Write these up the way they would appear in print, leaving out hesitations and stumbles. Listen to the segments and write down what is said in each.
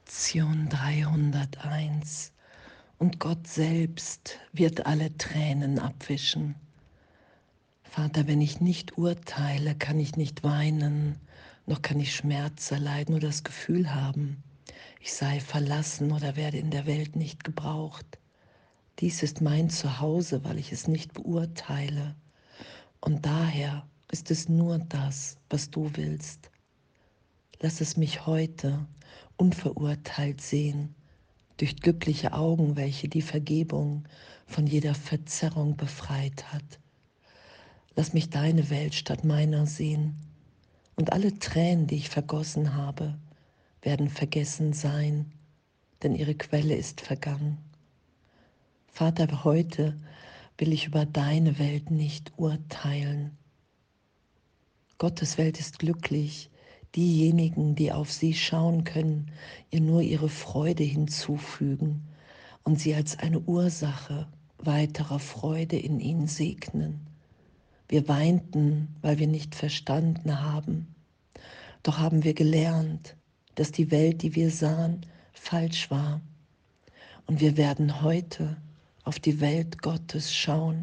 Lektion 301. Und Gott selbst wird alle Tränen abwischen. Vater, wenn ich nicht urteile, kann ich nicht weinen, noch kann ich Schmerz erleiden oder das Gefühl haben, ich sei verlassen oder werde in der Welt nicht gebraucht. Dies ist mein Zuhause, weil ich es nicht beurteile. Und daher ist es nur das, was du willst. Lass es mich heute unverurteilt sehen, durch glückliche Augen, welche die Vergebung von jeder Verzerrung befreit hat. Lass mich deine Welt statt meiner sehen, und alle Tränen, die ich vergossen habe, werden vergessen sein, denn ihre Quelle ist vergangen. Vater, heute will ich über deine Welt nicht urteilen. Gottes Welt ist glücklich. Diejenigen, die auf sie schauen können, ihr nur ihre Freude hinzufügen und sie als eine Ursache weiterer Freude in ihnen segnen. Wir weinten, weil wir nicht verstanden haben. Doch haben wir gelernt, dass die Welt, die wir sahen, falsch war. Und wir werden heute auf die Welt Gottes schauen.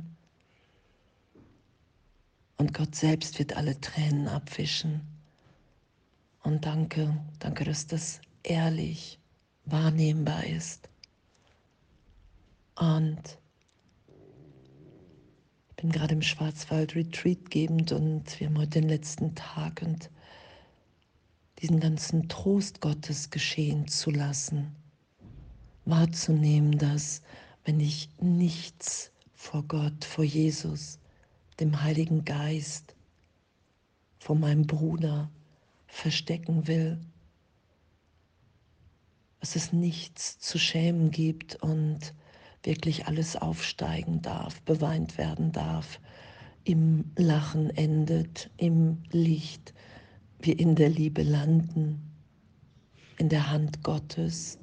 Und Gott selbst wird alle Tränen abwischen. Und danke, dass das ehrlich wahrnehmbar ist. Und ich bin gerade im Schwarzwald Retreat gebend und wir haben heute den letzten Tag und diesen ganzen Trost Gottes geschehen zu lassen, wahrzunehmen, dass wenn ich nichts vor Gott, vor Jesus, dem Heiligen Geist, vor meinem Bruder verstecken will, dass es nichts zu schämen gibt und wirklich alles aufsteigen darf, beweint werden darf, im Lachen endet, im Licht, wir in der Liebe landen, in der Hand Gottes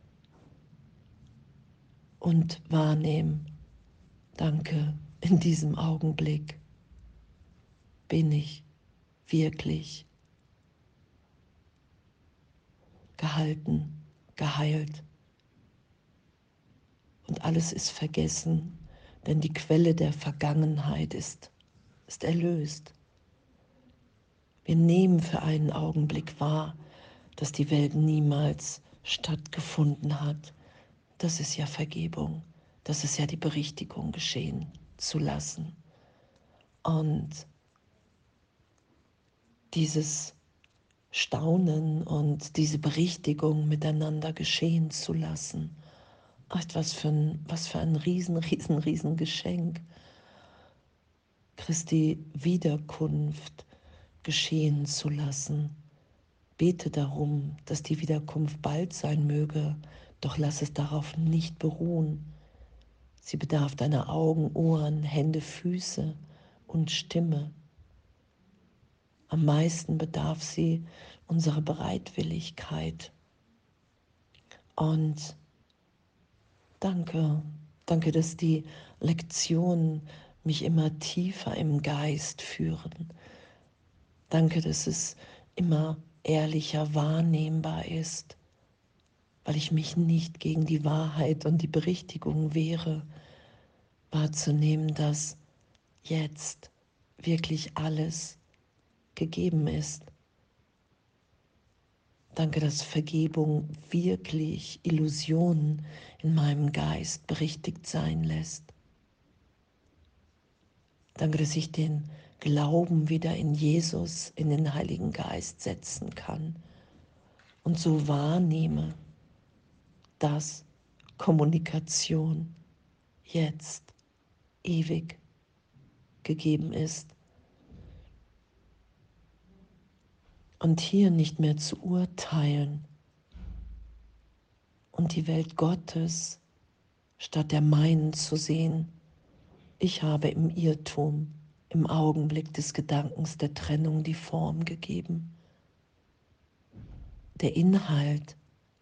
und wahrnehmen, danke, in diesem Augenblick bin ich wirklich gehalten, geheilt und alles ist vergessen, denn die Quelle der Vergangenheit ist erlöst. Wir nehmen für einen Augenblick wahr, dass die Welt niemals stattgefunden hat. Das ist ja Vergebung, das ist ja die Berichtigung geschehen zu lassen. Und dieses Staunen und diese Berichtigung miteinander geschehen zu lassen, ach, was für ein riesen Geschenk. Christi Wiederkunft geschehen zu lassen. Bete darum, dass die Wiederkunft bald sein möge, doch lass es darauf nicht beruhen. Sie bedarf deiner Augen, Ohren, Hände, Füße und Stimme. Am meisten bedarf sie unserer Bereitwilligkeit. Und danke, dass die Lektionen mich immer tiefer im Geist führen. Danke, dass es immer ehrlicher wahrnehmbar ist, weil ich mich nicht gegen die Wahrheit und die Berichtigung wehre, wahrzunehmen, dass jetzt wirklich alles gegeben ist. Danke, dass Vergebung wirklich Illusionen in meinem Geist berichtigt sein lässt. Danke, dass ich den Glauben wieder in Jesus, in den Heiligen Geist setzen kann und so wahrnehme, dass Kommunikation jetzt ewig gegeben ist. Und hier nicht mehr zu urteilen und die Welt Gottes statt der meinen zu sehen. Ich habe im Irrtum, im Augenblick des Gedankens der Trennung die Form gegeben. Der Inhalt,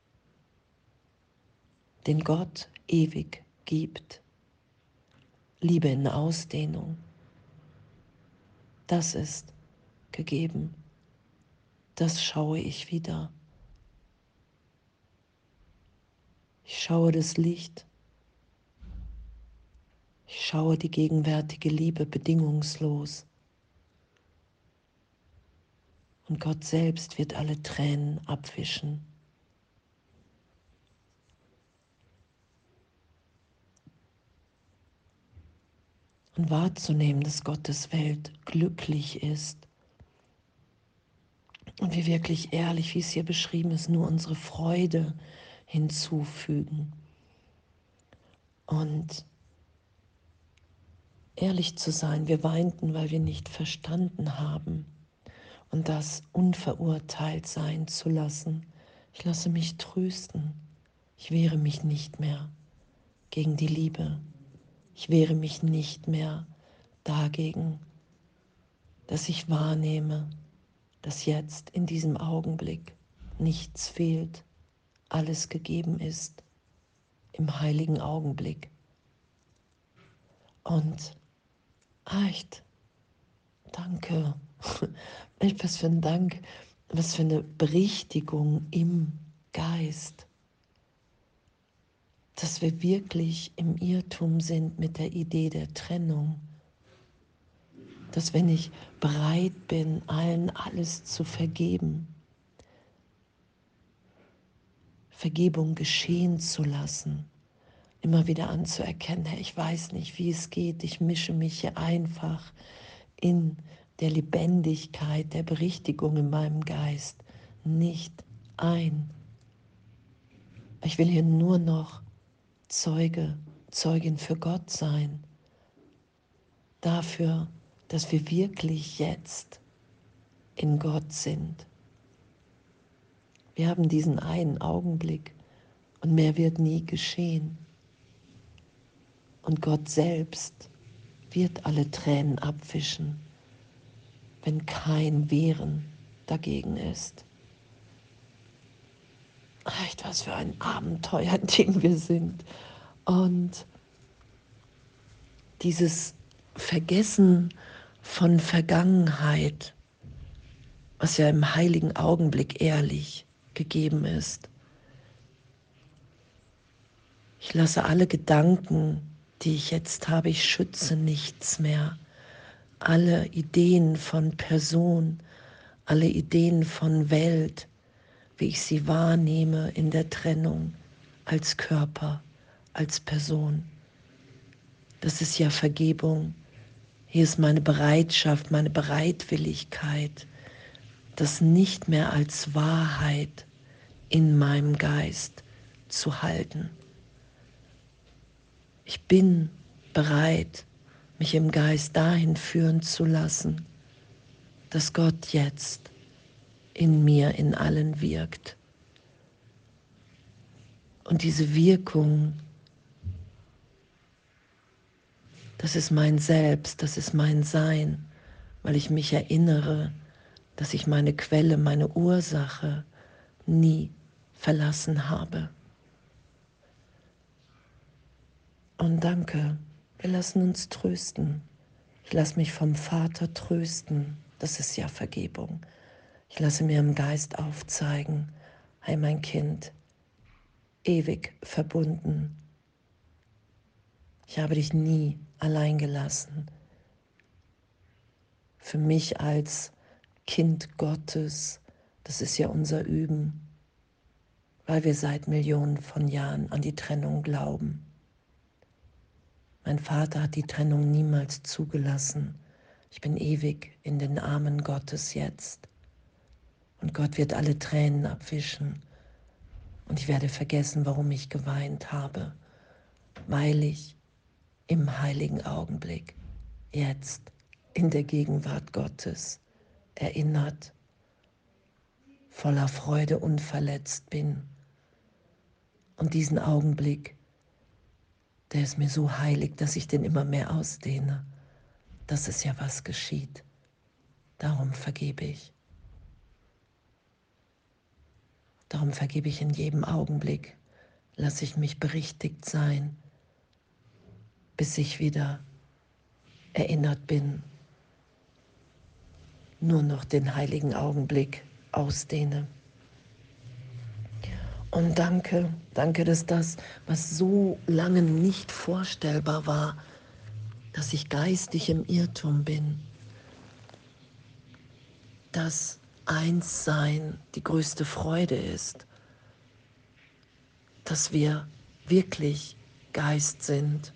den Gott ewig gibt, Liebe in Ausdehnung, das ist gegeben. Das schaue ich wieder. Ich schaue das Licht. Ich schaue die gegenwärtige Liebe bedingungslos. Und Gott selbst wird alle Tränen abwischen. Und wahrzunehmen, dass Gottes Welt glücklich ist. Und wir wirklich ehrlich, wie es hier beschrieben ist, nur unsere Freude hinzufügen. Und ehrlich zu sein, wir weinten, weil wir nicht verstanden haben. Und das unverurteilt sein zu lassen. Ich lasse mich trösten. Ich wehre mich nicht mehr gegen die Liebe. Ich wehre mich nicht mehr dagegen, dass ich wahrnehme, dass jetzt in diesem Augenblick nichts fehlt, alles gegeben ist im heiligen Augenblick. Und echt, danke, was für ein Dank, was für eine Berichtigung im Geist, dass wir wirklich im Irrtum sind mit der Idee der Trennung. Dass wenn ich bereit bin, allen alles zu vergeben, Vergebung geschehen zu lassen, immer wieder anzuerkennen, Herr, ich weiß nicht, wie es geht, ich mische mich hier einfach in der Lebendigkeit, der Berichtigung in meinem Geist nicht ein. Ich will hier nur noch Zeuge, Zeugin für Gott sein, dafür, dass wir wirklich jetzt in Gott sind. Wir haben diesen einen Augenblick und mehr wird nie geschehen. Und Gott selbst wird alle Tränen abwischen, wenn kein Wehren dagegen ist. Echt, was für ein Abenteuer, in dem wir sind. Und dieses Vergessen von Vergangenheit, was ja im heiligen Augenblick ehrlich gegeben ist. Ich lasse alle Gedanken, die ich jetzt habe, ich schütze nichts mehr. Alle Ideen von Person, alle Ideen von Welt, wie ich sie wahrnehme in der Trennung, als Körper, als Person. Das ist ja Vergebung. Hier ist meine Bereitschaft, meine Bereitwilligkeit, das nicht mehr als Wahrheit in meinem Geist zu halten. Ich bin bereit, mich im Geist dahin führen zu lassen, dass Gott jetzt in mir, in allen wirkt. Und diese Wirkung, das ist mein Selbst, das ist mein Sein, weil ich mich erinnere, dass ich meine Quelle, meine Ursache nie verlassen habe. Und danke, wir lassen uns trösten. Ich lasse mich vom Vater trösten, das ist ja Vergebung. Ich lasse mir im Geist aufzeigen, hey mein Kind, ewig verbunden. Ich habe dich nie allein gelassen. Für mich als Kind Gottes, das ist ja unser Üben, weil wir seit Millionen von Jahren an die Trennung glauben. Mein Vater hat die Trennung niemals zugelassen. Ich bin ewig in den Armen Gottes jetzt. Und Gott wird alle Tränen abwischen. Und ich werde vergessen, warum ich geweint habe, weil ich im heiligen Augenblick, jetzt in der Gegenwart Gottes, erinnert, voller Freude unverletzt bin. Und diesen Augenblick, der ist mir so heilig, dass ich den immer mehr ausdehne. Das ist ja, was geschieht. Darum vergebe ich. Darum vergebe ich in jedem Augenblick. Lasse ich mich berichtigt sein, bis ich wieder erinnert bin, nur noch den heiligen Augenblick ausdehne. Und danke, danke, dass das, was so lange nicht vorstellbar war, dass ich geistig im Irrtum bin, dass Einssein die größte Freude ist, dass wir wirklich Geist sind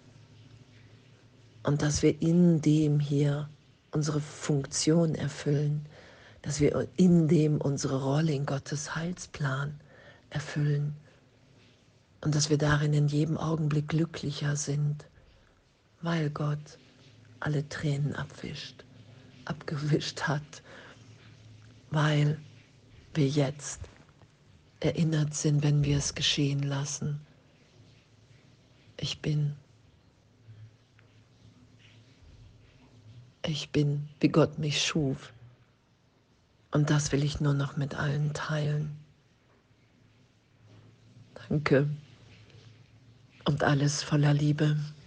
und dass wir in dem hier unsere Funktion erfüllen, dass wir in dem unsere Rolle in Gottes Heilsplan erfüllen und dass wir darin in jedem Augenblick glücklicher sind, weil Gott alle Tränen abgewischt hat, weil wir jetzt erinnert sind, wenn wir es geschehen lassen. Ich bin, wie Gott mich schuf. Und das will ich nur noch mit allen teilen. Danke und alles voller Liebe.